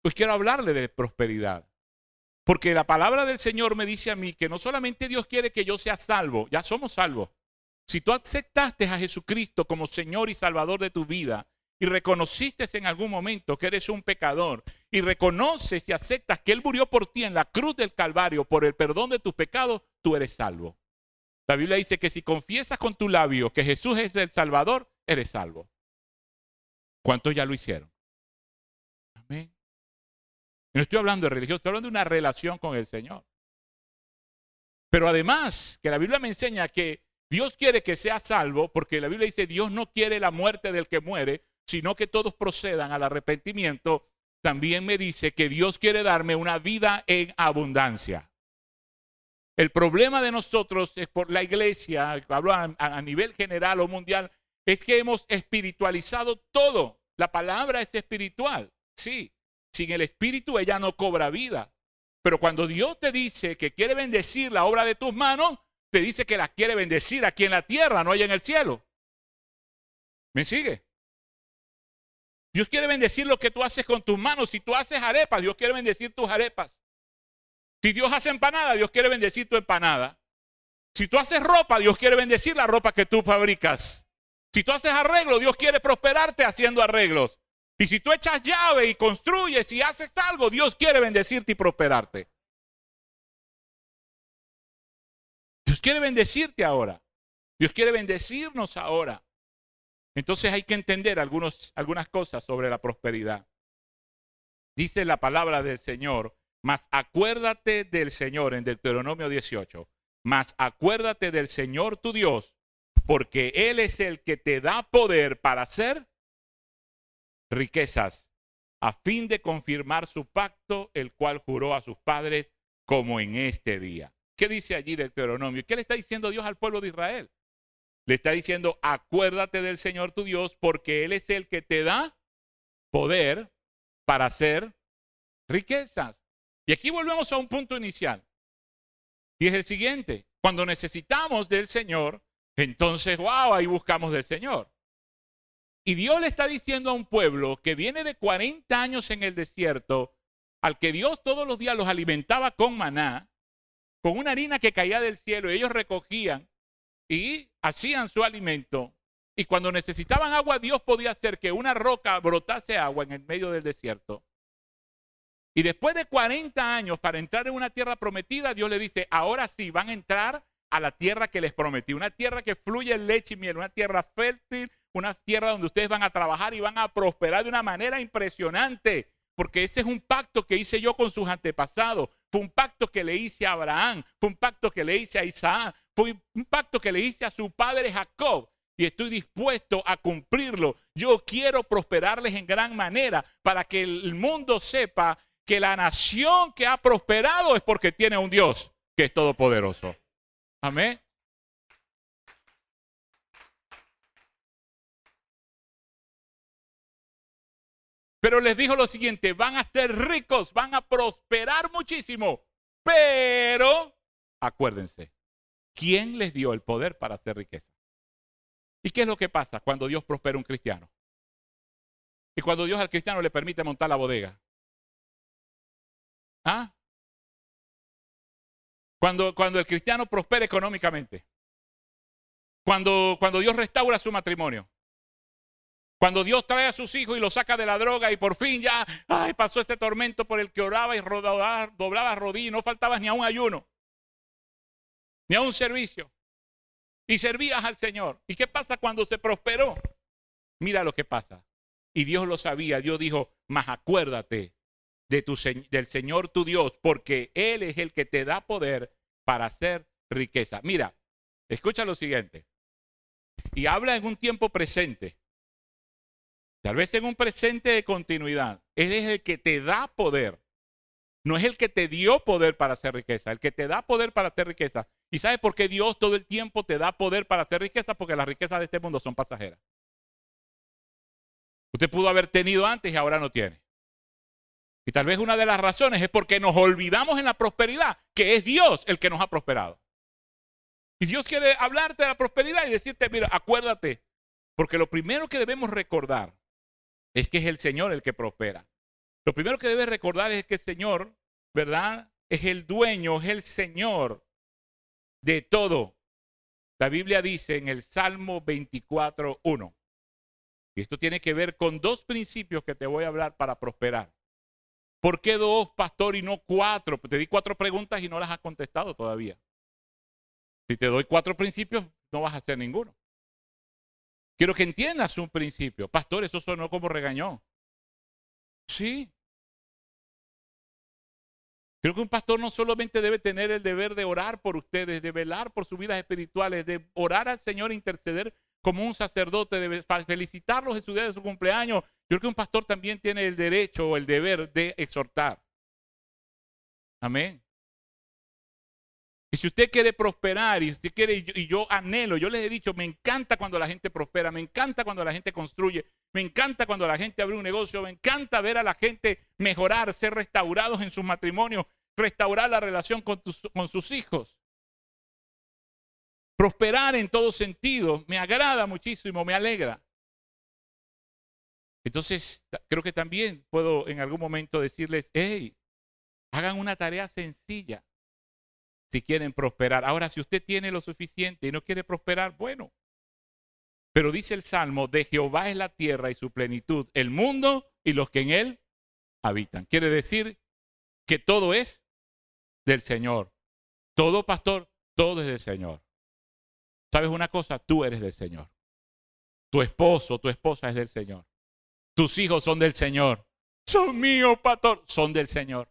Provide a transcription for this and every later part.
Pues quiero hablarle de prosperidad. Porque la palabra del Señor me dice a mí que no solamente Dios quiere que yo sea salvo, ya somos salvos. Si tú aceptaste a Jesucristo como Señor y Salvador de tu vida y reconociste en algún momento que eres un pecador y reconoces y aceptas que Él murió por ti en la cruz del Calvario por el perdón de tus pecados, tú eres salvo. La Biblia dice que si confiesas con tu labio que Jesús es el Salvador, eres salvo. ¿Cuántos ya lo hicieron? Amén. No estoy hablando de religión, estoy hablando de una relación con el Señor. Pero además, que la Biblia me enseña que Dios quiere que sea salvo, porque la Biblia dice, Dios no quiere la muerte del que muere, sino que todos procedan al arrepentimiento. También me dice que Dios quiere darme una vida en abundancia. El problema de nosotros es por la iglesia, hablo a nivel general o mundial, es que hemos espiritualizado todo. La palabra es espiritual, sí. Sin el espíritu ella no cobra vida. Pero cuando Dios te dice que quiere bendecir la obra de tus manos, te dice que la quiere bendecir aquí en la tierra, no allá en el cielo. ¿Me sigue? Dios quiere bendecir lo que tú haces con tus manos. Si tú haces arepas, Dios quiere bendecir tus arepas. Si Dios hace empanada, Dios quiere bendecir tu empanada. Si tú haces ropa, Dios quiere bendecir la ropa que tú fabricas. Si tú haces arreglos, Dios quiere prosperarte haciendo arreglos. Y si tú echas llave y construyes y haces algo, Dios quiere bendecirte y prosperarte. Dios quiere bendecirte ahora. Dios quiere bendecirnos ahora. Entonces hay que entender algunas cosas sobre la prosperidad. Dice la palabra del Señor, mas acuérdate del Señor en Deuteronomio 18. Mas acuérdate del Señor tu Dios, porque Él es el que te da poder para hacer riquezas, a fin de confirmar su pacto, el cual juró a sus padres, como en este día. ¿Qué dice allí Deuteronomio? ¿Qué le está diciendo Dios al pueblo de Israel? Le está diciendo, acuérdate del Señor tu Dios, porque Él es el que te da poder para hacer riquezas. Y aquí volvemos a un punto inicial. Y es el siguiente. Cuando necesitamos del Señor, entonces, wow, ahí buscamos del Señor. Y Dios le está diciendo a un pueblo que viene de 40 años en el desierto, al que Dios todos los días los alimentaba con maná, con una harina que caía del cielo, y ellos recogían y hacían su alimento. Y cuando necesitaban agua, Dios podía hacer que una roca brotase agua en el medio del desierto. Y después de 40 años para entrar en una tierra prometida, Dios le dice, ahora sí, van a entrar a la tierra que les prometí. Una tierra que fluye leche y miel, una tierra fértil, una tierra donde ustedes van a trabajar y van a prosperar de una manera impresionante. Porque ese es un pacto que hice yo con sus antepasados. Fue un pacto que le hice a Abraham. Fue un pacto que le hice a Isaac. Fue un pacto que le hice a su padre Jacob. Y estoy dispuesto a cumplirlo. Yo quiero prosperarles en gran manera para que el mundo sepa que la nación que ha prosperado es porque tiene un Dios que es todopoderoso. Amén. Pero les dijo lo siguiente, van a ser ricos, van a prosperar muchísimo. Pero, acuérdense, ¿quién les dio el poder para hacer riqueza? ¿Y qué es lo que pasa cuando Dios prospera a un cristiano? Y cuando Dios al cristiano le permite montar la bodega. ¿Ah? Cuando el cristiano prospera económicamente. Cuando Dios restaura su matrimonio. Cuando Dios trae a sus hijos y los saca de la droga y por fin ya pasó este tormento por el que oraba y doblaba rodillas y no faltabas ni a un ayuno, ni a un servicio. Y servías al Señor. ¿Y qué pasa cuando se prosperó? Mira lo que pasa. Y Dios lo sabía. Dios dijo, mas acuérdate del Señor tu Dios, porque Él es el que te da poder para hacer riqueza. Mira, escucha lo siguiente. Y habla en un tiempo presente. Tal vez en un presente de continuidad. Él es el que te da poder. No es el que te dio poder para hacer riqueza. El que te da poder para hacer riqueza. ¿Y sabes por qué Dios todo el tiempo te da poder para hacer riqueza? Porque las riquezas de este mundo son pasajeras. Usted pudo haber tenido antes y ahora no tiene. Y tal vez una de las razones es porque nos olvidamos en la prosperidad, que es Dios el que nos ha prosperado. Y Dios quiere hablarte de la prosperidad y decirte, mira, acuérdate. Porque lo primero que debemos recordar es que es el Señor el que prospera. Lo primero que debes recordar es que el Señor, ¿verdad? Es el dueño, es el Señor de todo. La Biblia dice en el Salmo 24:1. Y esto tiene que ver con dos principios que te voy a hablar para prosperar. ¿Por qué dos, pastor, y no cuatro? Te di 4 preguntas y no las has contestado todavía. Si te doy 4 principios, no vas a hacer ninguno. Quiero que entiendas un principio. Pastor, eso sonó como regañón. Sí. Creo que un pastor no solamente debe tener el deber de orar por ustedes, de velar por sus vidas espirituales, de orar al Señor e interceder como un sacerdote, de felicitarlos en su día de su cumpleaños. Yo creo que un pastor también tiene el derecho o el deber de exhortar. Amén. Y si usted quiere prosperar, y usted quiere, y yo anhelo, yo les he dicho, me encanta cuando la gente prospera, me encanta cuando la gente construye, me encanta cuando la gente abre un negocio, me encanta ver a la gente mejorar, ser restaurados en sus matrimonios, restaurar la relación con sus hijos. Prosperar en todo sentido, me agrada muchísimo, me alegra. Entonces, creo que también puedo en algún momento decirles, hey, hagan una tarea sencilla si quieren prosperar. Ahora, si usted tiene lo suficiente y no quiere prosperar, bueno. Pero dice el Salmo, de Jehová es la tierra y su plenitud, el mundo y los que en él habitan. Quiere decir que todo es del Señor. Todo, pastor, todo es del Señor. ¿Sabes una cosa? Tú eres del Señor. Tu esposo, tu esposa es del Señor. Tus hijos son del Señor. Son míos, pastor. Son del Señor.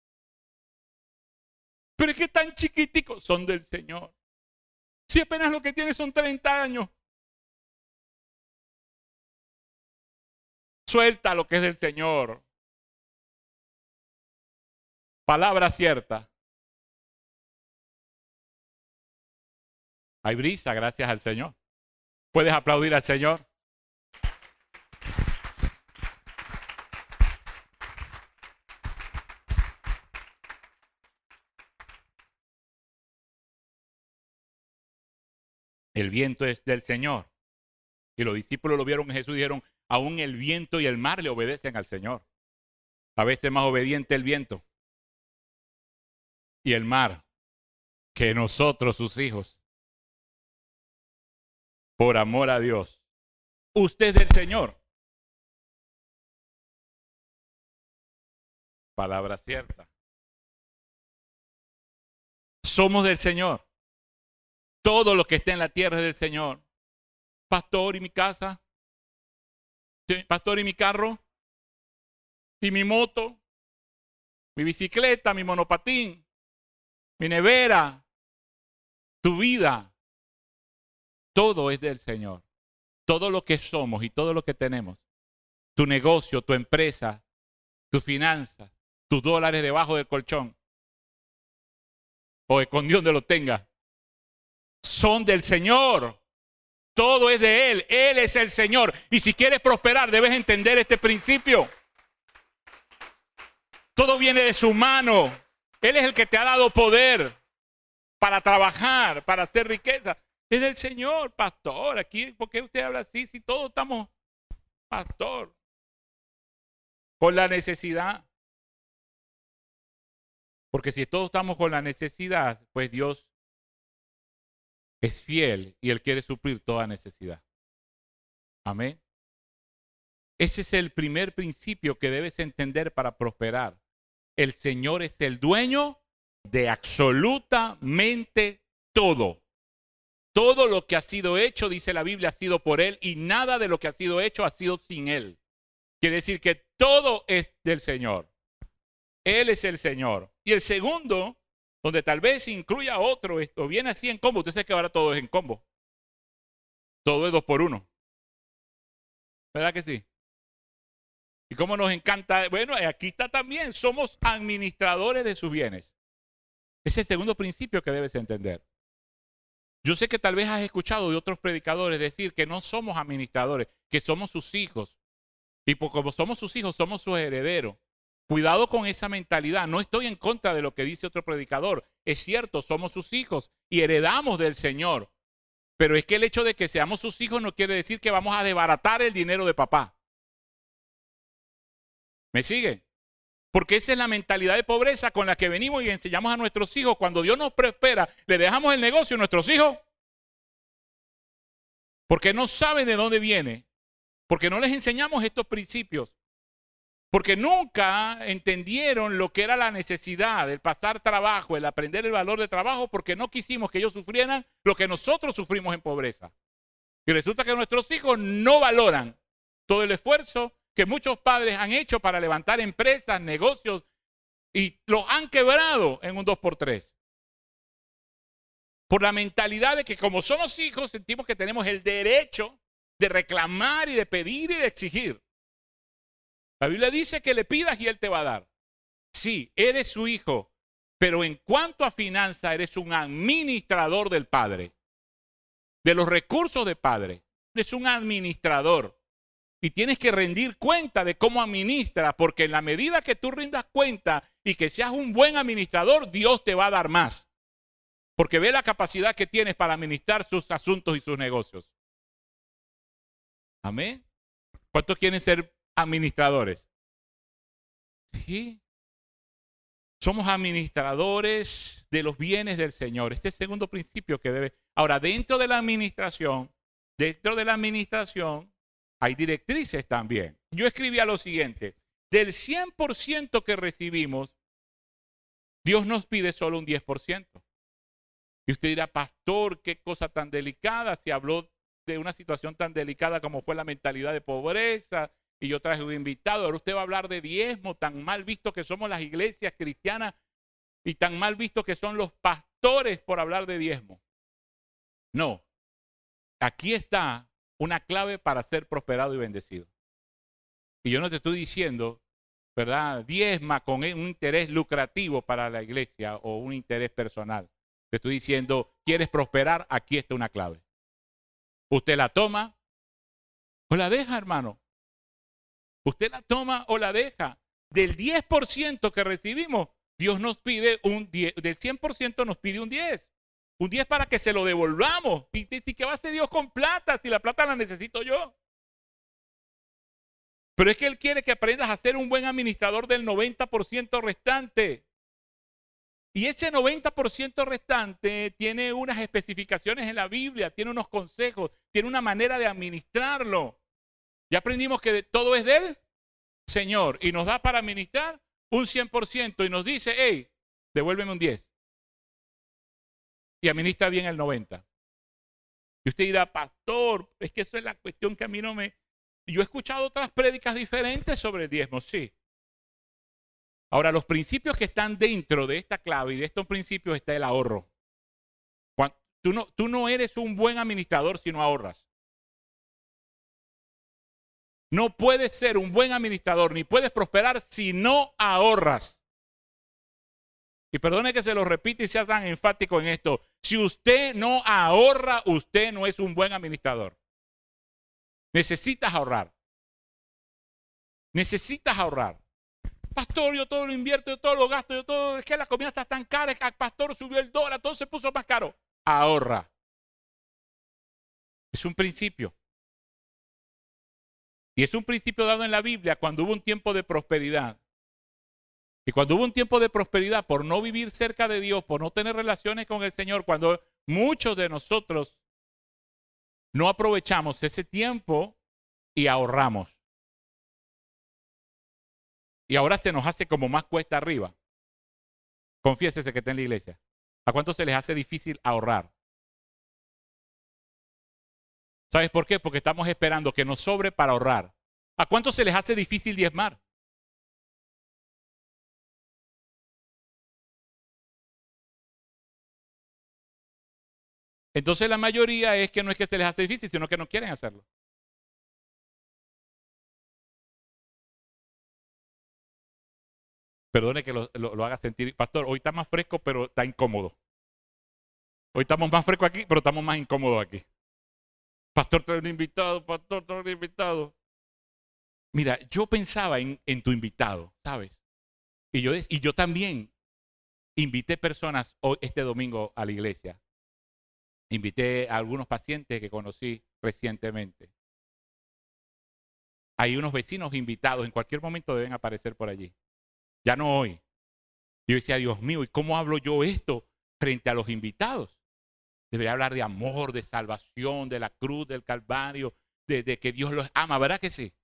Pero es que tan chiquiticos, son del Señor. Si apenas lo que tienes son 30 años. Suelta lo que es del Señor. Palabra cierta. Hay brisa, gracias al Señor. ¿Puedes aplaudir al Señor? El viento es del Señor. Y los discípulos lo vieron en Jesús y dijeron, aún el viento y el mar le obedecen al Señor. A veces más obediente el viento y el mar que nosotros, sus hijos. Por amor a Dios. Usted es del Señor. Palabra cierta. Somos del Señor. Todo lo que está en la tierra es del Señor. Pastor, ¿y mi casa? Pastor, ¿y mi carro? ¿Y mi moto? ¿Mi bicicleta? ¿Mi monopatín? ¿Mi nevera? ¿Tu vida? Todo es del Señor. Todo lo que somos y todo lo que tenemos. Tu negocio, tu empresa, tus finanzas, tus dólares debajo del colchón. O escondido donde lo tengas. Son del Señor. Todo es de Él. Él es el Señor. Y si quieres prosperar, debes entender este principio. Todo viene de su mano. Él es el que te ha dado poder para trabajar, para hacer riqueza. Es del Señor, pastor. Aquí, ¿por qué usted habla así? Si todos estamos, pastor, con la necesidad. Porque si todos estamos con la necesidad, pues Dios es fiel y Él quiere suplir toda necesidad. Amén. Ese es el primer principio que debes entender para prosperar. El Señor es el dueño de absolutamente todo. Todo lo que ha sido hecho, dice la Biblia, ha sido por Él y nada de lo que ha sido hecho ha sido sin Él. Quiere decir que todo es del Señor. Él es el Señor. Y el segundo, donde tal vez incluya otro, esto viene así en combo. Usted sabe que ahora todo es en combo. Todo es 2 por 1. ¿Verdad que sí? Y cómo nos encanta. Bueno, aquí está también. Somos administradores de sus bienes. Ese es el segundo principio que debes entender. Yo sé que tal vez has escuchado de otros predicadores decir que no somos administradores, que somos sus hijos. Y como somos sus hijos, somos sus herederos. Cuidado con esa mentalidad. No estoy en contra de lo que dice otro predicador. Es cierto, somos sus hijos y heredamos del Señor. Pero es que el hecho de que seamos sus hijos no quiere decir que vamos a desbaratar el dinero de papá. ¿Me sigue? Porque esa es la mentalidad de pobreza con la que venimos y enseñamos a nuestros hijos. Cuando Dios nos prospera, le dejamos el negocio a nuestros hijos. Porque no saben de dónde viene. Porque no les enseñamos estos principios. Porque nunca entendieron lo que era la necesidad, el pasar trabajo, el aprender el valor del trabajo, porque no quisimos que ellos sufrieran lo que nosotros sufrimos en pobreza. Y resulta que nuestros hijos no valoran todo el esfuerzo que muchos padres han hecho para levantar empresas, negocios, y los han quebrado en un 2x3. Por la mentalidad de que como somos hijos, sentimos que tenemos el derecho de reclamar y de pedir y de exigir. La Biblia dice que le pidas y Él te va a dar. Sí, eres su hijo, pero en cuanto a finanzas, eres un administrador del Padre, de los recursos del Padre. Eres un administrador y tienes que rendir cuenta de cómo administras, porque en la medida que tú rindas cuenta y que seas un buen administrador, Dios te va a dar más, porque ve la capacidad que tienes para administrar sus asuntos y sus negocios. Amén. ¿Cuántos quieren ser administradores? Sí. Somos administradores de los bienes del Señor. Este es el segundo principio que debe. Ahora, dentro de la administración hay directrices también. Yo escribía lo siguiente: del 100% que recibimos, Dios nos pide solo un 10%. Y usted dirá, pastor, qué cosa tan delicada, si habló de una situación tan delicada como fue la mentalidad de pobreza, y yo traje un invitado, ahora usted va a hablar de diezmo, tan mal visto que somos las iglesias cristianas y tan mal visto que son los pastores por hablar de diezmo. No, aquí está una clave para ser prosperado y bendecido. Y yo no te estoy diciendo, ¿verdad?, diezma con un interés lucrativo para la iglesia o un interés personal. Te estoy diciendo, ¿quieres prosperar? Aquí está una clave. Usted la toma o la deja, hermano. Usted la toma o la deja. Del 10% que recibimos, Dios nos pide un 10, del 100% nos pide un 10. Un 10 para que se lo devolvamos. ¿Y qué va a hacer Dios con plata si la plata la necesito yo? Pero es que Él quiere que aprendas a ser un buen administrador del 90% restante. Y ese 90% restante tiene unas especificaciones en la Biblia, tiene unos consejos, tiene una manera de administrarlo. Ya aprendimos que todo es del Señor y nos da para administrar un 100% y nos dice, hey, devuélveme un 10. Y administra bien el 90. Y usted dirá, pastor, es que eso es la cuestión que a mí no me... Yo he escuchado otras prédicas diferentes sobre el diezmo, sí. Ahora, los principios que están dentro de esta clave y de estos principios está el ahorro. Tú no eres un buen administrador si no ahorras. No puedes ser un buen administrador ni puedes prosperar si no ahorras. Y perdone que se lo repita y sea tan enfático en esto. Si usted no ahorra, usted no es un buen administrador. Necesitas ahorrar. Necesitas ahorrar. Pastor, yo todo lo invierto, yo todo lo gasto, yo todo, es que la comida está tan cara, es que el pastor subió el dólar, todo se puso más caro. Ahorra. Es un principio. Y es un principio dado en la Biblia cuando hubo un tiempo de prosperidad. Y cuando hubo un tiempo de prosperidad por no vivir cerca de Dios, por no tener relaciones con el Señor, cuando muchos de nosotros no aprovechamos ese tiempo y ahorramos. Y ahora se nos hace como más cuesta arriba. Confiésese que está en la iglesia. ¿A cuántos se les hace difícil ahorrar? ¿Sabes por qué? Porque estamos esperando que nos sobre para ahorrar. ¿A cuántos se les hace difícil diezmar? Entonces la mayoría es que no es que se les hace difícil, sino que no quieren hacerlo. Perdone que lo haga sentir. Pastor, hoy está más fresco, pero está incómodo. Hoy estamos más frescos aquí, pero estamos más incómodos aquí. Pastor, trae un invitado, pastor, trae un invitado. Mira, yo pensaba en tu invitado, ¿sabes? Y yo también invité personas este domingo a la iglesia. Invité a algunos pacientes que conocí recientemente. Hay unos vecinos invitados, en cualquier momento deben aparecer por allí. ya no hoy. Yo decía, Dios mío, ¿y cómo hablo yo esto frente a los invitados? Debería hablar de amor, de salvación, de la cruz, del Calvario, de que Dios los ama, ¿verdad que sí?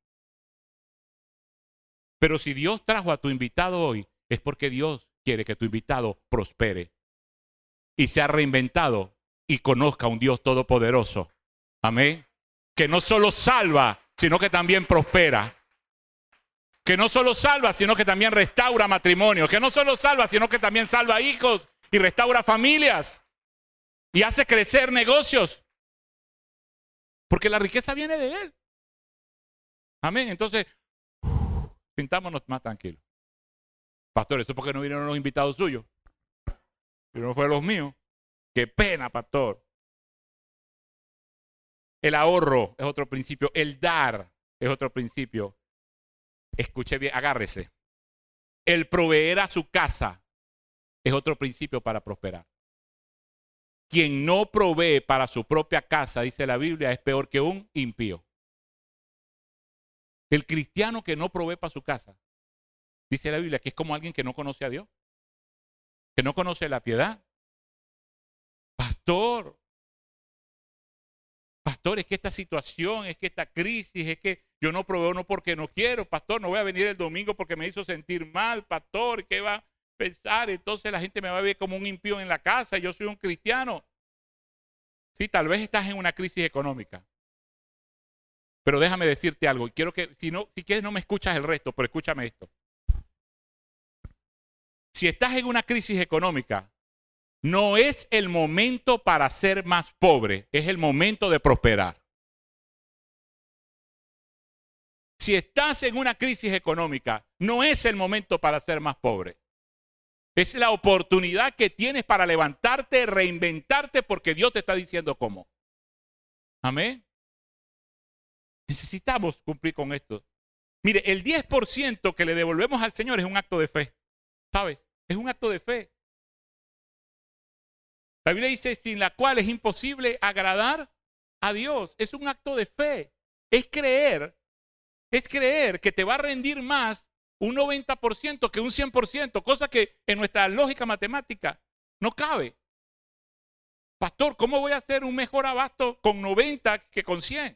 Pero si Dios trajo a tu invitado hoy, es porque Dios quiere que tu invitado prospere y sea reinventado y conozca a un Dios todopoderoso. Amén. Que no solo salva, sino que también prospera. Que no solo salva, sino que también restaura matrimonios. Que no solo salva, sino que también salva hijos y restaura familias. Y hace crecer negocios. Porque la riqueza viene de Él. Amén. Entonces, sintámonos más tranquilos. Pastor, ¿eso porque no vinieron los invitados suyos? Pero no fueron los míos. Qué pena, pastor. El ahorro es otro principio. El dar es otro principio. Escuche bien, agárrese. El proveer a su casa es otro principio para prosperar. Quien no provee para su propia casa, dice la Biblia, es peor que un impío. El cristiano que no provee para su casa, dice la Biblia, que es como alguien que no conoce a Dios, que no conoce la piedad. Pastor, es que esta situación, es que esta crisis, es que yo no proveo no porque no quiero, pastor, no voy a venir el domingo porque me hizo sentir mal, pastor, ¿qué va a pensar? Entonces la gente me va a ver como un impío en la casa y yo soy un cristiano. Sí, tal vez estás en una crisis económica. Pero déjame decirte algo, y quiero que, si quieres no me escuchas el resto, pero escúchame esto. Si estás en una crisis económica, no es el momento para ser más pobre, es el momento de prosperar. Si estás en una crisis económica, no es el momento para ser más pobre. Es la oportunidad que tienes para levantarte, reinventarte, porque Dios te está diciendo cómo. Amén. Necesitamos cumplir con esto. Mire, el 10% que le devolvemos al Señor es un acto de fe. ¿Sabes? Es un acto de fe. La Biblia dice, sin la cual es imposible agradar a Dios. Es un acto de fe. Es creer que te va a rendir más un 90% que un 100%, cosa que en nuestra lógica matemática no cabe. Pastor, ¿cómo voy a hacer un mejor abasto con 90 que con 100?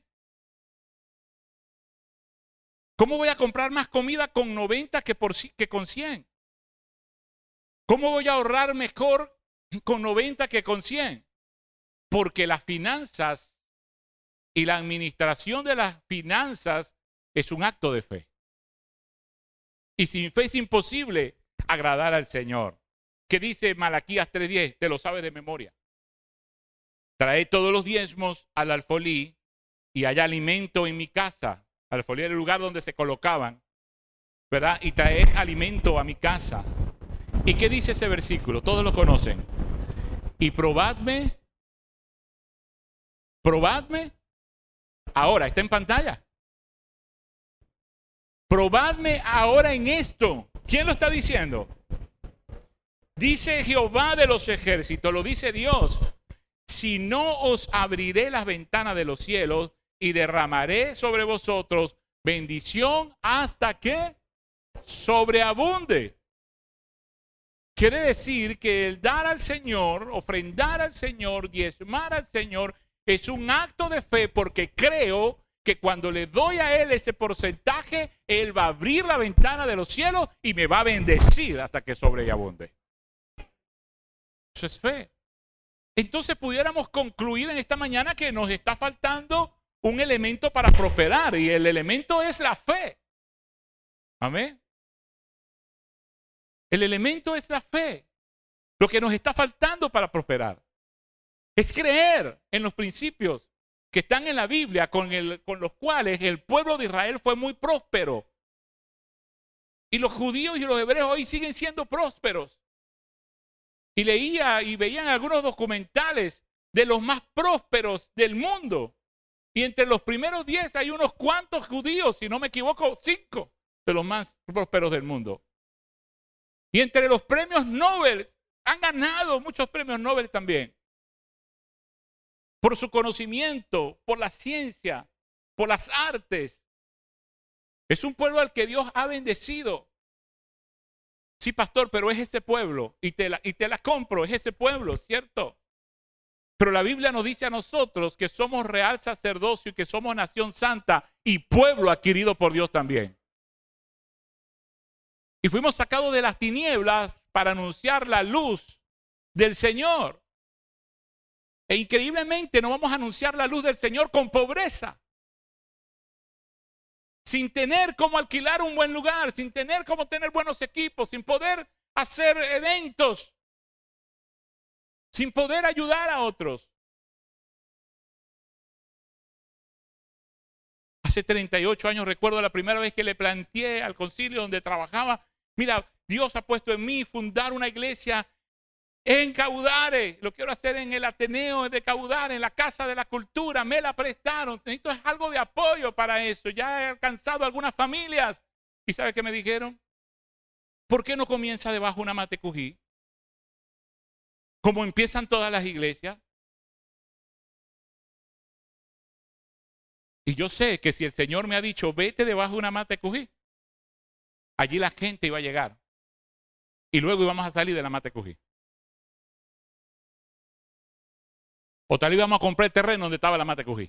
¿Cómo voy a comprar más comida con 90 que con 100? ¿Cómo voy a ahorrar mejor con 90 que con 100? Porque las finanzas y la administración de las finanzas es un acto de fe. Y sin fe es imposible agradar al Señor. ¿Qué dice Malaquías 3:10? Te lo sabes de memoria. Trae todos los diezmos al alfolí y haya alimento en mi casa. Alfolí era el lugar donde se colocaban, ¿verdad? Y trae alimento a mi casa. ¿Y qué dice ese versículo? Todos lo conocen. Y probadme. Ahora, está en pantalla. Probadme ahora en esto. ¿Quién lo está diciendo? Dice Jehová de los ejércitos, lo dice Dios. Si no os abriré las ventanas de los cielos y derramaré sobre vosotros bendición hasta que sobreabunde. Quiere decir que el dar al Señor, ofrendar al Señor, diezmar al Señor, es un acto de fe porque creo que cuando le doy a Él ese porcentaje, Él va a abrir la ventana de los cielos y me va a bendecir hasta que sobreabunde. Eso es fe. Entonces pudiéramos concluir en esta mañana que nos está faltando un elemento para prosperar y el elemento es la fe. Amén. El elemento es la fe. Lo que nos está faltando para prosperar es creer en los principios que están en la Biblia con los cuales el pueblo de Israel fue muy próspero. Y los judíos y los hebreos hoy siguen siendo prósperos. Y leía y veían algunos documentales de los más prósperos del mundo. Y entre los primeros 10 hay unos cuantos judíos, si no me equivoco, 5 de los más prósperos del mundo. Y entre los premios Nobel, han ganado muchos premios Nobel también. Por su conocimiento, por la ciencia, por las artes. Es un pueblo al que Dios ha bendecido. Sí, pastor, pero es ese pueblo y te la compro, es ese pueblo, ¿cierto? Pero la Biblia nos dice a nosotros que somos real sacerdocio y que somos nación santa y pueblo adquirido por Dios también. Y fuimos sacados de las tinieblas para anunciar la luz del Señor. E increíblemente no vamos a anunciar la luz del Señor con pobreza. Sin tener cómo alquilar un buen lugar, sin tener cómo tener buenos equipos, sin poder hacer eventos, sin poder ayudar a otros. Hace 38 años recuerdo la primera vez que le planteé al concilio donde trabajaba, mira, Dios ha puesto en mí fundar una iglesia en Caudare. Lo quiero hacer en el Ateneo de Caudare, en la Casa de la Cultura. Me la prestaron. Necesito algo de apoyo para eso. Ya he alcanzado algunas familias. ¿Y sabe qué me dijeron? ¿Por qué no comienza debajo una matecují? Como empiezan todas las iglesias. Y yo sé que si el Señor me ha dicho, vete debajo de una matecují, allí la gente iba a llegar. Y luego íbamos a salir de la matecují. O tal vez íbamos a comprar el terreno donde estaba la matecují.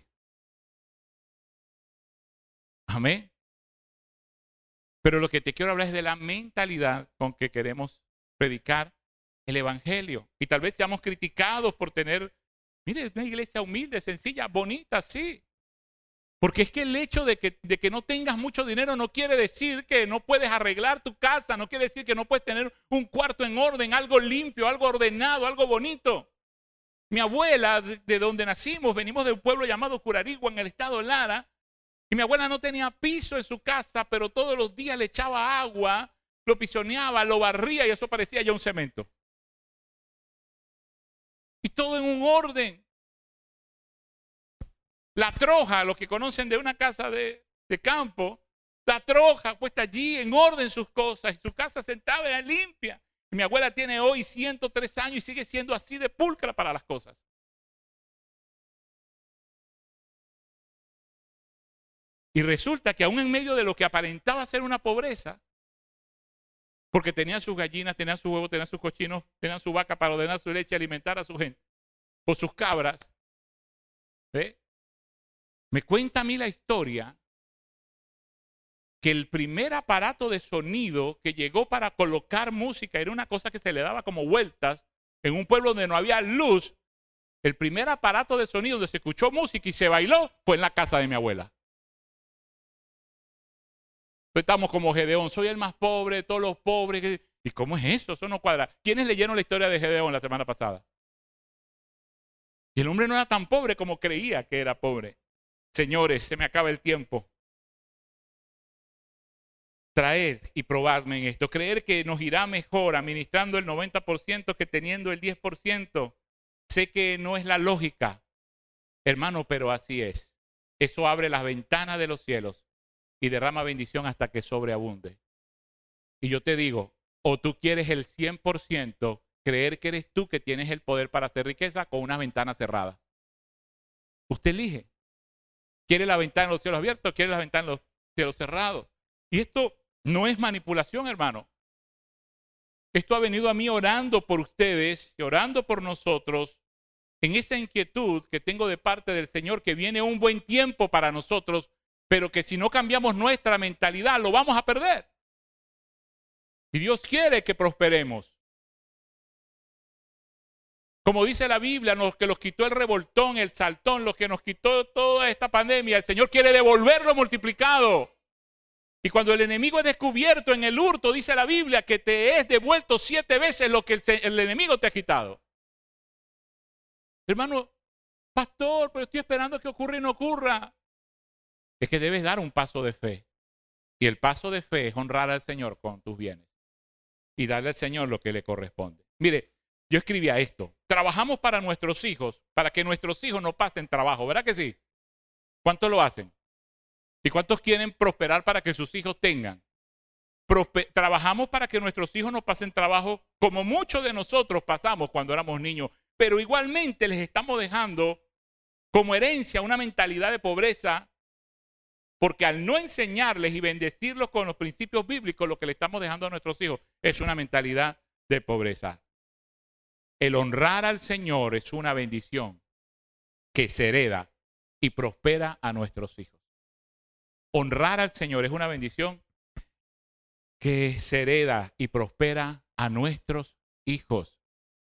Amén. Pero lo que te quiero hablar es de la mentalidad con que queremos predicar el evangelio. Y tal vez seamos criticados por tener, mire, una iglesia humilde, sencilla, bonita, sí. Porque es que el hecho de que no tengas mucho dinero no quiere decir que no puedes arreglar tu casa, no quiere decir que no puedes tener un cuarto en orden, algo limpio, algo ordenado, algo bonito. Mi abuela, de donde nacimos, venimos de un pueblo llamado Curarigua, en el estado Lara, y mi abuela no tenía piso en su casa, pero todos los días le echaba agua, lo pisoneaba, lo barría y eso parecía ya un cemento. Y todo en un orden. La troja, los que conocen de una casa de campo, la troja puesta allí en orden sus cosas y su casa sentada limpia. Y mi abuela tiene hoy 103 años y sigue siendo así de pulcra para las cosas. Y resulta que aún en medio de lo que aparentaba ser una pobreza, porque tenían sus gallinas, tenían sus huevos, tenían sus cochinos, tenían su vaca para ordenar su leche y alimentar a su gente, o sus cabras, ¿ve? Me cuenta a mí la historia que el primer aparato de sonido que llegó para colocar música era una cosa que se le daba como vueltas en un pueblo donde no había luz. El primer aparato de sonido donde se escuchó música y se bailó fue en la casa de mi abuela. Estamos como Gedeón, soy el más pobre de todos los pobres. ¿Y cómo es eso? Eso no cuadra. ¿Quiénes leyeron la historia de Gedeón la semana pasada? Y el hombre no era tan pobre como creía que era pobre. Señores, se me acaba el tiempo. Traed y probadme en esto. Creer que nos irá mejor administrando el 90% que teniendo el 10%. Sé que no es la lógica, hermano, pero así es. Eso abre las ventanas de los cielos y derrama bendición hasta que sobreabunde. Y yo te digo, o tú quieres el 100%, creer que eres tú que tienes el poder para hacer riqueza con una ventana cerrada. Usted elige. ¿Quiere la ventana en los cielos abiertos? ¿Quiere la ventana en los cielos cerrados? Y esto no es manipulación, hermano. Esto ha venido a mí orando por ustedes y orando por nosotros en esa inquietud que tengo de parte del Señor, que viene un buen tiempo para nosotros, pero que si no cambiamos nuestra mentalidad lo vamos a perder. Y Dios quiere que prosperemos. Como dice la Biblia, los que los quitó el revoltón, el saltón, los que nos quitó toda esta pandemia, el Señor quiere devolverlo multiplicado. Y cuando el enemigo es descubierto en el hurto, dice la Biblia que te es devuelto 7 veces lo que el enemigo te ha quitado. Hermano, pastor, pero estoy esperando que ocurra y no ocurra. Es que debes dar un paso de fe. Y el paso de fe es honrar al Señor con tus bienes. Y darle al Señor lo que le corresponde. Mire, yo escribía esto. Trabajamos para nuestros hijos, para que nuestros hijos no pasen trabajo. ¿Verdad que sí? ¿Cuántos lo hacen? ¿Y cuántos quieren prosperar para que sus hijos tengan? Trabajamos para que nuestros hijos no pasen trabajo como muchos de nosotros pasamos cuando éramos niños. Pero igualmente les estamos dejando como herencia una mentalidad de pobreza Porque al no enseñarles y bendecirlos con los principios bíblicos, lo que le estamos dejando a nuestros hijos es una mentalidad de pobreza. El honrar al Señor es una bendición que se hereda y prospera a nuestros hijos. Honrar al Señor es una bendición que se hereda y prospera a nuestros hijos.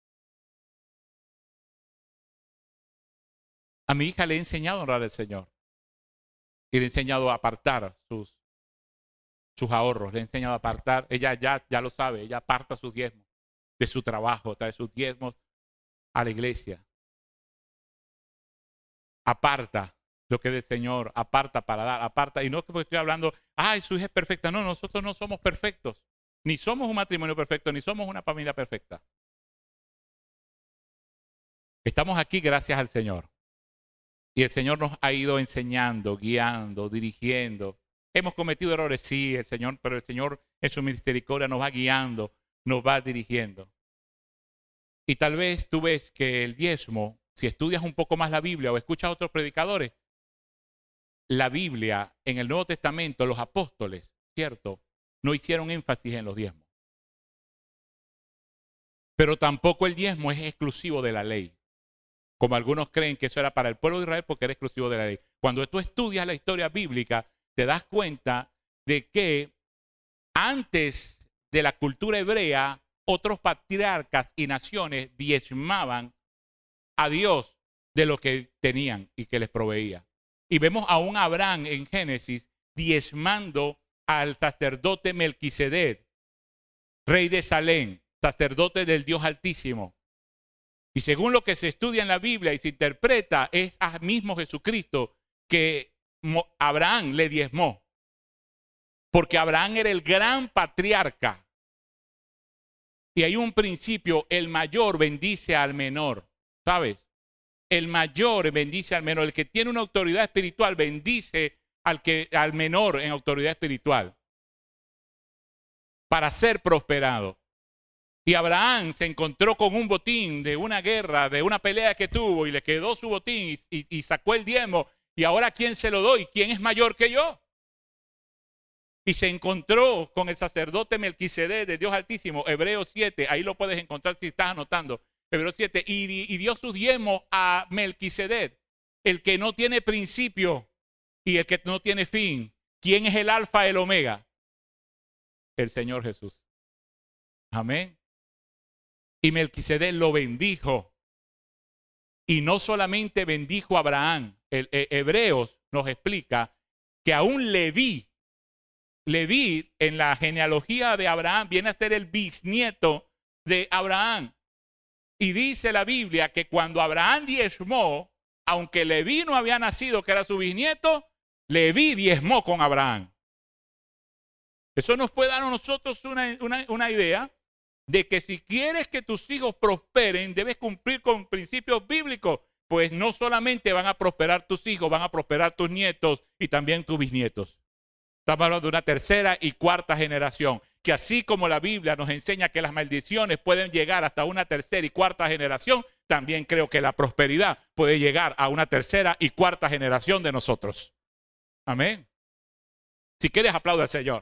A mi hija le he enseñado a honrar al Señor. Y le he enseñado a apartar sus ahorros. Le he enseñado a apartar. Ella ya lo sabe. Ella aparta sus diezmos de su trabajo. Trae sus diezmos a la iglesia. Aparta lo que es del Señor. Aparta para dar. Aparta. Y no es que estoy hablando, ay, su hija es perfecta. No, nosotros no somos perfectos. Ni somos un matrimonio perfecto. Ni somos una familia perfecta. Estamos aquí gracias al Señor. Y el Señor nos ha ido enseñando, guiando, dirigiendo. Hemos cometido errores, sí, pero el Señor en su misericordia nos va guiando, nos va dirigiendo. Y tal vez tú ves que el diezmo, si estudias un poco más la Biblia o escuchas a otros predicadores, la Biblia en el Nuevo Testamento, los apóstoles, ¿cierto?, no hicieron énfasis en los diezmos. Pero tampoco el diezmo es exclusivo de la ley. Como algunos creen que eso era para el pueblo de Israel porque era exclusivo de la ley. Cuando tú estudias la historia bíblica, te das cuenta de que antes de la cultura hebrea, otros patriarcas y naciones diezmaban a Dios de lo que tenían y que les proveía. Y vemos a un Abraham en Génesis diezmando al sacerdote Melquisedec, rey de Salem, sacerdote del Dios Altísimo. Y según lo que se estudia en la Biblia y se interpreta, es a mismo Jesucristo que Abraham le diezmó. Porque Abraham era el gran patriarca. Y hay un principio, el mayor bendice al menor, ¿sabes? El mayor bendice al menor. El que tiene una autoridad espiritual bendice al menor en autoridad espiritual para ser prosperado. Y Abraham se encontró con un botín de una guerra, de una pelea que tuvo, y le quedó su botín y sacó el diezmo. Y ahora, ¿a quién se lo doy? ¿Quién es mayor que yo? Y se encontró con el sacerdote Melquisedec de Dios Altísimo, Hebreos 7, ahí lo puedes encontrar si estás anotando, Hebreos 7, y dio sus diezmos a Melquisedec, el que no tiene principio y el que no tiene fin. ¿Quién es el alfa y el omega? El Señor Jesús. Amén. Y Melquisedec lo bendijo. Y no solamente bendijo a Abraham. Hebreos nos explica que aún Leví en la genealogía de Abraham viene a ser el bisnieto de Abraham. Y dice la Biblia que cuando Abraham diezmó, aunque Leví no había nacido, que era su bisnieto, Leví diezmó con Abraham. Eso nos puede dar a nosotros una idea de que si quieres que tus hijos prosperen, debes cumplir con principios bíblicos, pues no solamente van a prosperar tus hijos, van a prosperar tus nietos y también tus bisnietos. Estamos hablando de una tercera y cuarta generación, que así como la Biblia nos enseña que las maldiciones pueden llegar hasta una tercera y cuarta generación, también creo que la prosperidad puede llegar a una tercera y cuarta generación de nosotros. Amén. Si quieres, aplaude al Señor.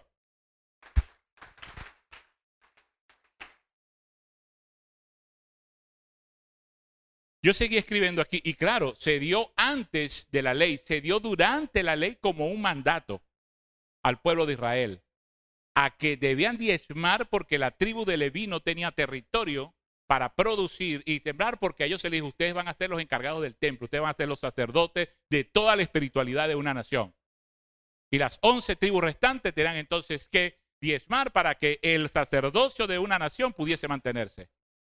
Yo seguí escribiendo aquí y claro, se dio antes de la ley, se dio durante la ley como un mandato al pueblo de Israel a que debían diezmar porque la tribu de Leví no tenía territorio para producir y sembrar, porque a ellos se les dijo, ustedes van a ser los encargados del templo, ustedes van a ser los sacerdotes de toda la espiritualidad de una nación. Y las 11 tribus restantes tenían entonces que diezmar para que el sacerdocio de una nación pudiese mantenerse.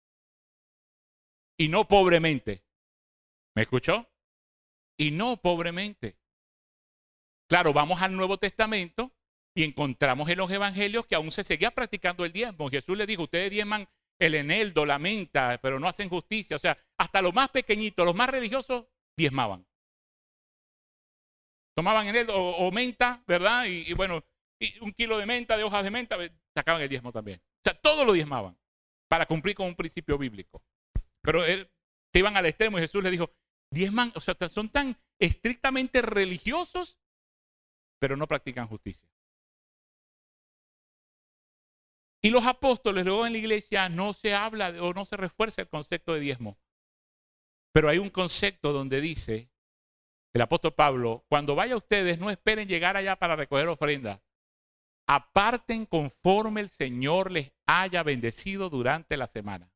Y no pobremente. ¿Me escuchó? Y no pobremente. Claro, vamos al Nuevo Testamento y encontramos en los evangelios que aún se seguía practicando el diezmo. Jesús le dijo, ustedes diezman el eneldo, la menta, pero no hacen justicia. O sea, hasta los más pequeñitos, los más religiosos, diezmaban. Tomaban eneldo o menta, ¿verdad? Y bueno, y 1 kilo de menta, de hojas de menta, sacaban el diezmo también. O sea, todo lo diezmaban para cumplir con un principio bíblico. Pero se iban al extremo y Jesús les dijo, diezman, o sea, son tan estrictamente religiosos, pero no practican justicia. Y los apóstoles, luego en la iglesia no se habla o no se refuerza el concepto de diezmo. Pero hay un concepto donde dice el apóstol Pablo, cuando vaya ustedes no esperen llegar allá para recoger ofrenda. Aparten conforme el Señor les haya bendecido durante la semana.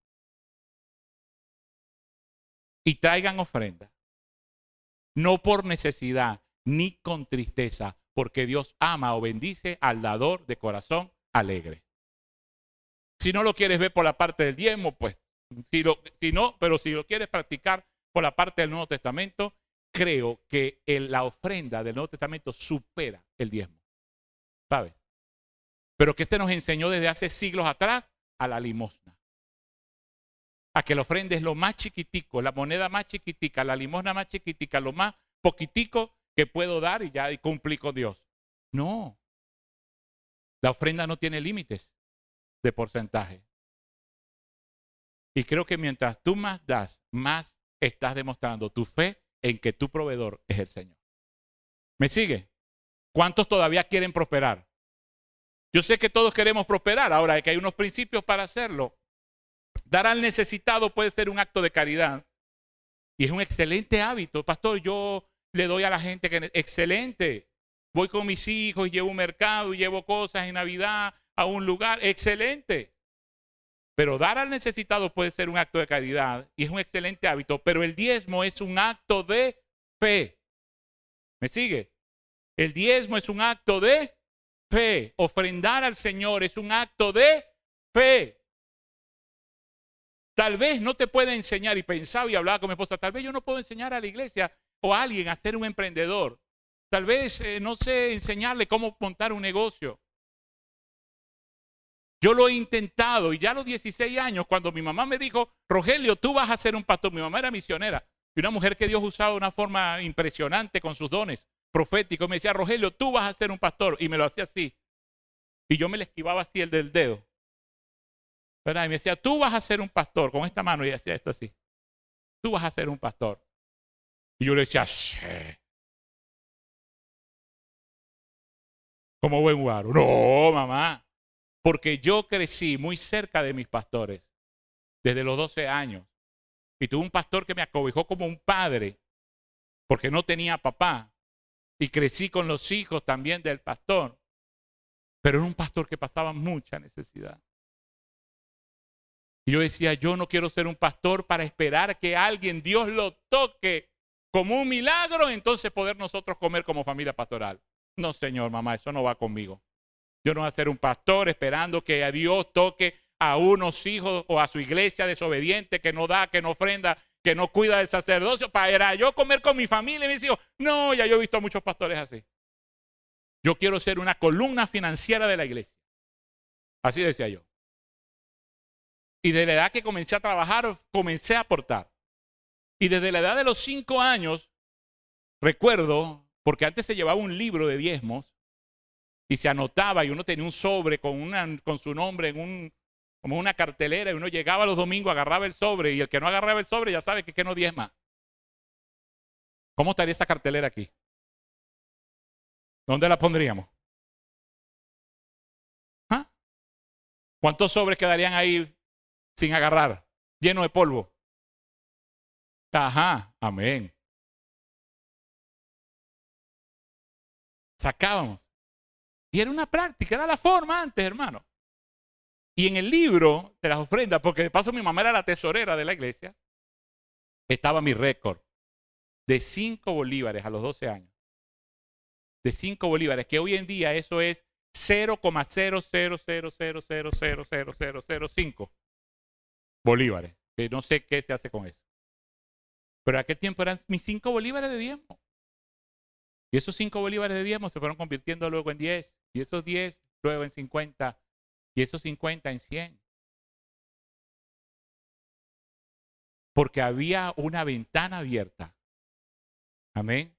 Y traigan ofrenda. No por necesidad ni con tristeza, porque Dios ama o bendice al dador de corazón alegre. Si no lo quieres ver por la parte del diezmo, pues, si lo quieres practicar por la parte del Nuevo Testamento, creo que la ofrenda del Nuevo Testamento supera el diezmo. ¿Sabes? Pero que este nos enseñó desde hace siglos atrás a la limosna. A que la ofrenda es lo más chiquitico, la moneda más chiquitica, la limosna más chiquitica, lo más poquitico que puedo dar y ya cumplí con Dios. No. La ofrenda no tiene límites de porcentaje. Y creo que mientras tú más das, más estás demostrando tu fe en que tu proveedor es el Señor. ¿Me sigue? ¿Cuántos todavía quieren prosperar? Yo sé que todos queremos prosperar, ahora es que hay unos principios para hacerlo. Dar al necesitado puede ser un acto de caridad y es un excelente hábito. Pastor, yo le doy a la gente que excelente. Voy con mis hijos y llevo un mercado y llevo cosas en Navidad a un lugar, excelente. Pero dar al necesitado puede ser un acto de caridad y es un excelente hábito, pero el diezmo es un acto de fe. ¿Me sigues? El diezmo es un acto de fe. Ofrendar al Señor es un acto de fe. Tal vez no te pueda enseñar, y pensaba y hablaba con mi esposa, tal vez yo no puedo enseñar a la iglesia o a alguien a ser un emprendedor. Tal vez no sé enseñarle cómo montar un negocio. Yo lo he intentado y ya a los 16 años, cuando mi mamá me dijo, Rogelio, tú vas a ser un pastor. Mi mamá era misionera y una mujer que Dios usaba de una forma impresionante con sus dones proféticos. Me decía, Rogelio, tú vas a ser un pastor. Y me lo hacía así. Y yo me le esquivaba así el del dedo. ¿Verdad? Y me decía, tú vas a ser un pastor con esta mano. Y hacía esto así. Tú vas a ser un pastor. Y yo le decía, sí. Como buen guaro. No, mamá. Porque yo crecí muy cerca de mis pastores desde los 12 años. Y tuve un pastor que me acobijó como un padre porque no tenía papá. Y crecí con los hijos también del pastor. Pero era un pastor que pasaba mucha necesidad. Y yo decía, yo no quiero ser un pastor para esperar que alguien, Dios lo toque como un milagro, entonces poder nosotros comer como familia pastoral. No, Señor, mamá, eso no va conmigo. Yo no voy a ser un pastor esperando que a Dios toque a unos hijos o a su iglesia desobediente que no da, que no ofrenda, que no cuida del sacerdocio para yo comer con mi familia y mis hijos. No, ya yo he visto a muchos pastores así. Yo quiero ser una columna financiera de la iglesia. Así decía yo. Y desde la edad que comencé a trabajar, comencé a aportar. Y desde la edad de los 5 años, recuerdo, porque antes se llevaba un libro de diezmos, y se anotaba y uno tenía un sobre con su nombre como una cartelera y uno llegaba los domingos, agarraba el sobre y el que no agarraba el sobre ya sabe que no diezma. ¿Cómo estaría esa cartelera aquí? ¿Dónde la pondríamos? ¿Ah? ¿Cuántos sobres quedarían ahí sin agarrar? Llenos de polvo. Ajá, amén. Sacábamos. Y era una práctica, era la forma antes, hermano. Y en el libro de las ofrendas, porque de paso mi mamá era la tesorera de la iglesia, estaba mi récord de 5 bolívares a los 12 años. De 5 bolívares, que hoy en día eso es 0,000000005 bolívares. Que no sé qué se hace con eso. Pero en aquel tiempo eran mis 5 bolívares de diezmo. Y esos 5 bolívares de diezmo se fueron convirtiendo luego en 10. Y esos 10 luego en 50. Y esos 50 en 100. Porque había una ventana abierta. Amén.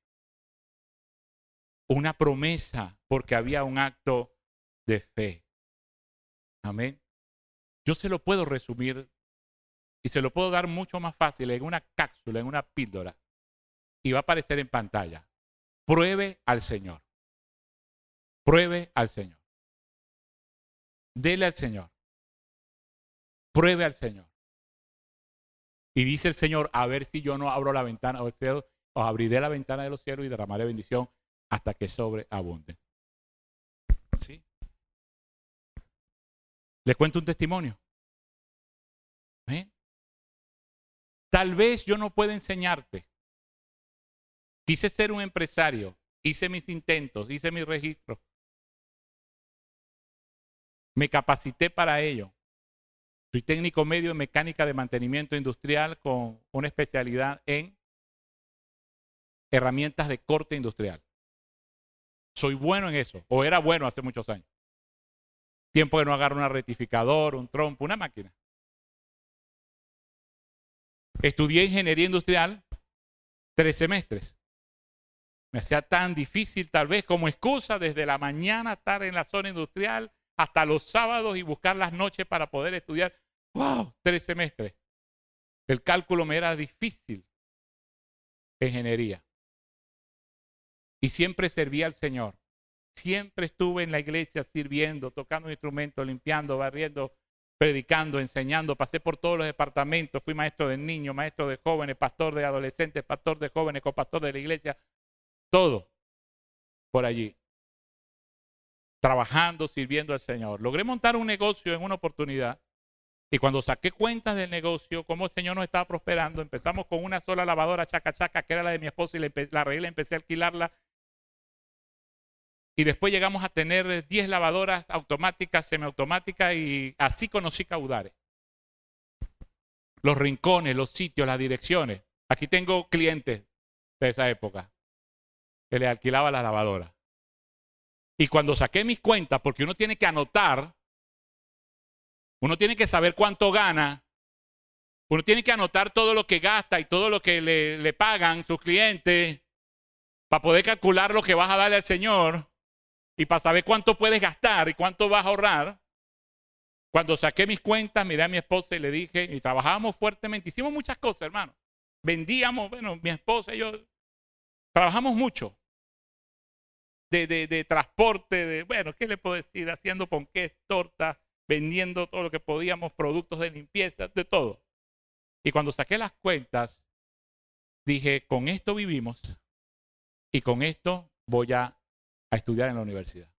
Una promesa, porque había un acto de fe. Amén. Yo se lo puedo resumir y se lo puedo dar mucho más fácil en una cápsula, en una píldora. Y va a aparecer en pantalla. Pruebe al Señor. Pruebe al Señor. Dele al Señor. Pruebe al Señor. Y dice el Señor, a ver si yo no abro la ventana del cielo, os abriré la ventana de los cielos y derramaré bendición hasta que sobreabunde. ¿Sí? Les cuento un testimonio. ¿Eh? Tal vez yo no pueda enseñarte. Quise ser un empresario, hice mis intentos, hice mis registros. Me capacité para ello. Soy técnico medio en mecánica de mantenimiento industrial con una especialidad en herramientas de corte industrial. Soy bueno en eso, o era bueno hace muchos años. Tiempo que no agarro un rectificador, un trompo, una máquina. Estudié ingeniería industrial 3 semestres. Me hacía tan difícil tal vez como excusa desde la mañana estar en la zona industrial hasta los sábados y buscar las noches para poder estudiar. ¡Wow! 3 semestres. El cálculo me era difícil. Ingeniería. Y siempre serví al Señor. Siempre estuve en la iglesia sirviendo, tocando instrumentos, limpiando, barriendo, predicando, enseñando. Pasé por todos los departamentos. Fui maestro de niños, maestro de jóvenes, pastor de adolescentes, pastor de jóvenes, copastor de la iglesia. Todo por allí. Trabajando, sirviendo al Señor. Logré montar un negocio en una oportunidad. Y cuando saqué cuentas del negocio, cómo el Señor nos estaba prosperando, empezamos con una sola lavadora chaca chaca, que era la de mi esposa, y la arreglé, empecé a alquilarla. Y después llegamos a tener 10 lavadoras automáticas, semiautomáticas, y así conocí Caudares. Los rincones, los sitios, las direcciones. Aquí tengo clientes de esa época que le alquilaba las lavadoras. Y cuando saqué mis cuentas, porque uno tiene que anotar, uno tiene que saber cuánto gana, uno tiene que anotar todo lo que gasta y todo lo que le pagan sus clientes para poder calcular lo que vas a darle al Señor y para saber cuánto puedes gastar y cuánto vas a ahorrar. Cuando saqué mis cuentas, miré a mi esposa y le dije, y trabajábamos fuertemente, hicimos muchas cosas, hermano. Vendíamos, bueno, mi esposa y yo trabajamos mucho. De transporte, bueno, ¿qué le puedo decir? Haciendo ponqués, tortas, vendiendo todo lo que podíamos, productos de limpieza, de todo. Y cuando saqué las cuentas, dije, con esto vivimos y con esto voy a estudiar en la universidad.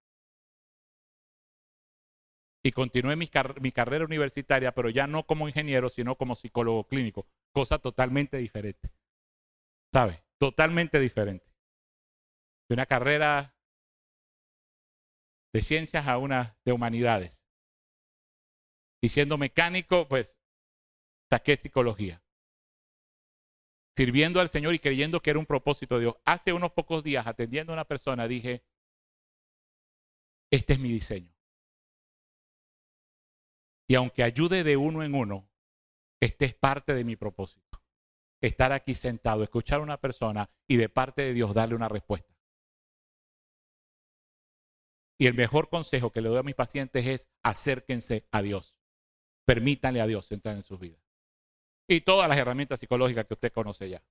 Y continué mi carrera universitaria, pero ya no como ingeniero, sino como psicólogo clínico. Cosa totalmente diferente. ¿Sabes? Totalmente diferente. De una carrera de ciencias a una de humanidades. Y siendo mecánico, pues saqué psicología. Sirviendo al Señor y creyendo que era un propósito de Dios. Hace unos pocos días, atendiendo a una persona, dije, este es mi diseño. Y aunque ayude de uno en uno, este es parte de mi propósito. Estar aquí sentado, escuchar a una persona y de parte de Dios darle una respuesta. Y el mejor consejo que le doy a mis pacientes es acérquense a Dios. Permítanle a Dios entrar en sus vidas. Y todas las herramientas psicológicas que usted conoce ya.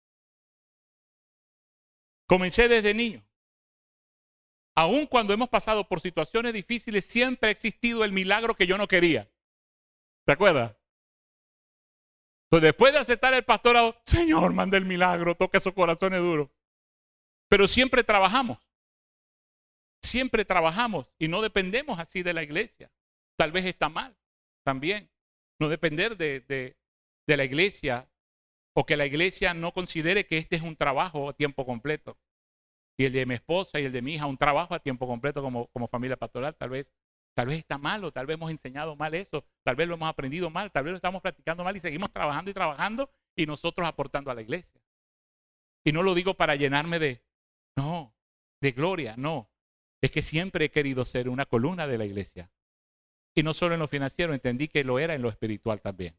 Comencé desde niño. Aun cuando hemos pasado por situaciones difíciles, siempre ha existido el milagro que yo no quería. ¿Te acuerdas? Entonces, después de aceptar el pastorado, Señor, manda el milagro, toca esos corazones duros. Pero siempre trabajamos. Siempre trabajamos y no dependemos así de la iglesia. Tal vez está mal también. No depender de la iglesia o que la iglesia no considere que este es un trabajo a tiempo completo. Y el de mi esposa y el de mi hija, un trabajo a tiempo completo como familia pastoral, tal vez está mal o tal vez hemos enseñado mal eso, tal vez lo hemos aprendido mal, tal vez lo estamos practicando mal y seguimos trabajando y trabajando y nosotros aportando a la iglesia. Y no lo digo para llenarme de gloria, no. Es que siempre he querido ser una columna de la iglesia. Y no solo en lo financiero, entendí que lo era en lo espiritual también.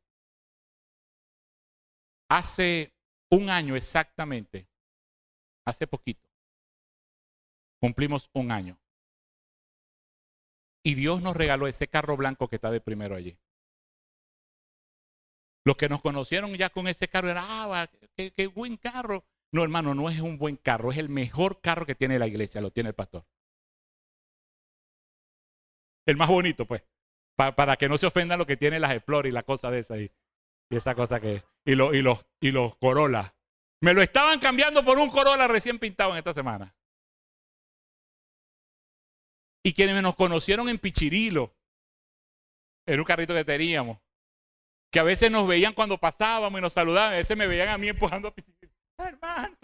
Hace un año exactamente, hace poquito, cumplimos un año. Y Dios nos regaló ese carro blanco que está de primero allí. Los que nos conocieron ya con ese carro eran, qué buen carro. No, hermano, no es un buen carro, es el mejor carro que tiene la iglesia, lo tiene el pastor. El más bonito, pues. Para que no se ofendan lo que tiene las Explorer y la cosa de esa. Y esa cosa que... Y los Corolla. Me lo estaban cambiando por un Corolla recién pintado en esta semana. Y quienes nos conocieron en Pichirilo, en un carrito que teníamos, que a veces nos veían cuando pasábamos y nos saludaban, a veces me veían a mí empujando a Pichirilo. Hermano.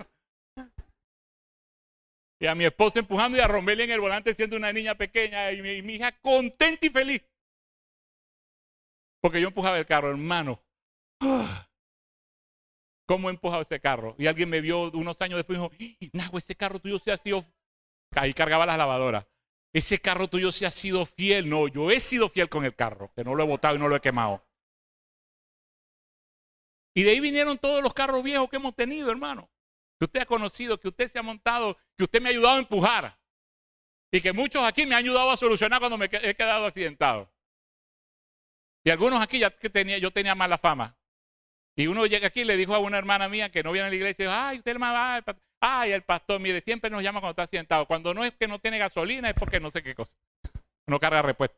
Y a mi esposa empujando y a Romelia en el volante siendo una niña pequeña y mi hija contenta y feliz. Porque yo empujaba el carro, hermano. ¿Cómo he empujado ese carro? Y alguien me vio unos años después y dijo, Nago, ese carro tuyo se ha sido... Ahí cargaba las lavadoras. Ese carro tuyo se ha sido fiel. No, yo he sido fiel con el carro, que no lo he botado y no lo he quemado. Y de ahí vinieron todos los carros viejos que hemos tenido, hermano. Que usted ha conocido, que usted se ha montado, que usted me ha ayudado a empujar. Y que muchos aquí me han ayudado a solucionar cuando me he quedado accidentado. Y algunos aquí ya que yo tenía mala fama. Y uno llega aquí y le dijo a una hermana mía que no viene a la iglesia, y dijo, ay, usted hermana, ay, el pastor, mire, siempre nos llama cuando está accidentado. Cuando no es que no tiene gasolina, es porque no sé qué cosa. No carga repuesto.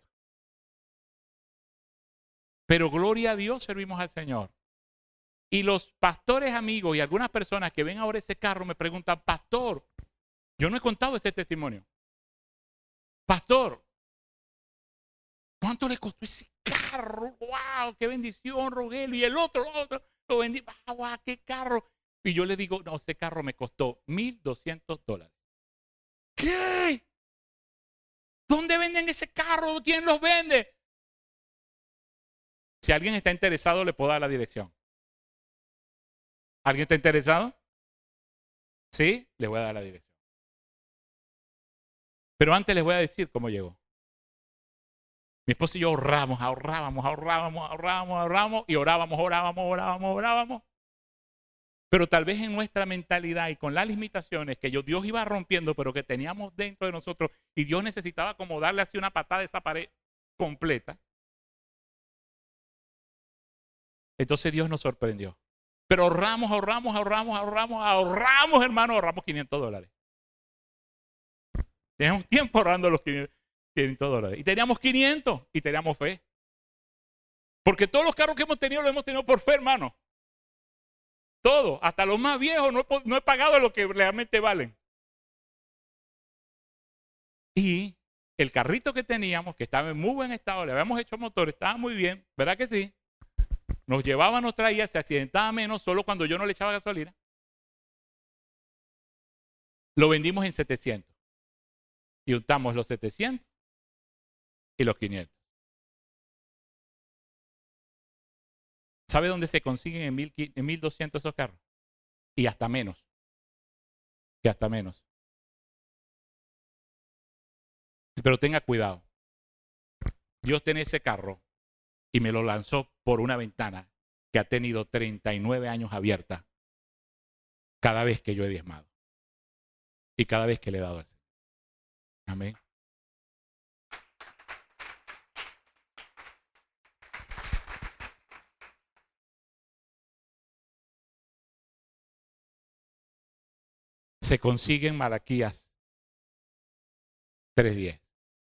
Pero gloria a Dios, servimos al Señor. Y los pastores amigos y algunas personas que ven ahora ese carro me preguntan, pastor, yo no he contado este testimonio. Pastor, ¿cuánto le costó ese carro? ¡Wow! ¡Qué bendición, Rogelio! Y el otro lo vendí. ¡Wow! ¡Qué carro! Y yo le digo, no, ese carro me costó $1,200. ¿Qué? ¿Dónde venden ese carro? ¿Quién los vende? Si alguien está interesado, le puedo dar la dirección. ¿Alguien está interesado? Sí, le voy a dar la dirección. Pero antes les voy a decir cómo llegó. Mi esposo y yo ahorrábamos y orábamos. Pero tal vez en nuestra mentalidad y con las limitaciones que Dios iba rompiendo, pero que teníamos dentro de nosotros, y Dios necesitaba como darle así una patada a esa pared completa. Entonces Dios nos sorprendió. Pero ahorramos, hermano, ahorramos $500. Teníamos tiempo ahorrando los $500. Y teníamos 500 y teníamos fe. Porque todos los carros que hemos tenido, los hemos tenido por fe, hermano. Todo, hasta los más viejos, no he pagado lo que realmente valen. Y el carrito que teníamos, que estaba en muy buen estado, le habíamos hecho motor, estaba muy bien, ¿verdad que sí? Nos llevaba, nos traía, se accidentaba menos solo cuando yo no le echaba gasolina. Lo vendimos en 700. Y untamos los 700 y los 500. ¿Sabe dónde se consiguen en 1,200 esos carros? Y hasta menos. Y hasta menos. Pero tenga cuidado. Dios tiene ese carro y me lo lanzó por una ventana que ha tenido 39 años abierta cada vez que yo he diezmado. Y cada vez que le he dado al Señor. Amén. Se consigue en Malaquías 3:10.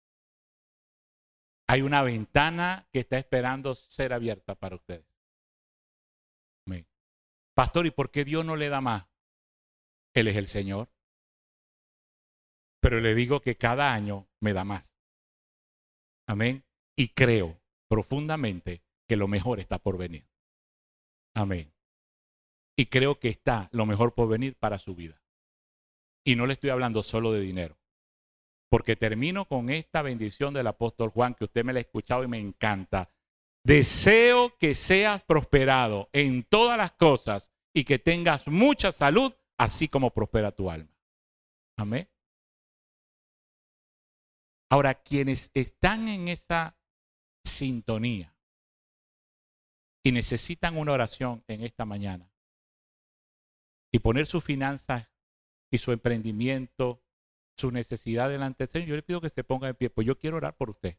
Hay una ventana que está esperando ser abierta para ustedes. Amén. Pastor, ¿y por qué Dios no le da más? Él es el Señor. Pero le digo que cada año me da más. Amén. Y creo profundamente que lo mejor está por venir. Amén. Y creo que está lo mejor por venir para su vida. Y no le estoy hablando solo de dinero. Porque termino con esta bendición del apóstol Juan, que usted me la ha escuchado y me encanta. Deseo que seas prosperado en todas las cosas y que tengas mucha salud, así como prospera tu alma. Amén. Ahora, quienes están en esa sintonía y necesitan una oración en esta mañana y poner sus finanzas y su emprendimiento, su necesidad delante del Señor, yo le pido que se ponga de pie, pues yo quiero orar por usted.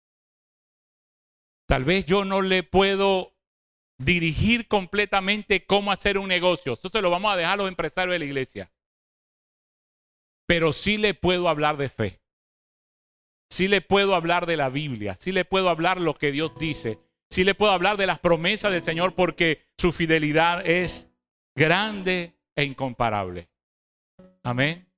Tal vez yo no le puedo dirigir completamente cómo hacer un negocio. Eso se lo vamos a dejar a los empresarios de la iglesia. Pero sí le puedo hablar de fe. sí le puedo hablar de la Biblia, sí le puedo hablar lo que Dios dice, sí le puedo hablar de las promesas del Señor porque su fidelidad es grande e incomparable. Amén.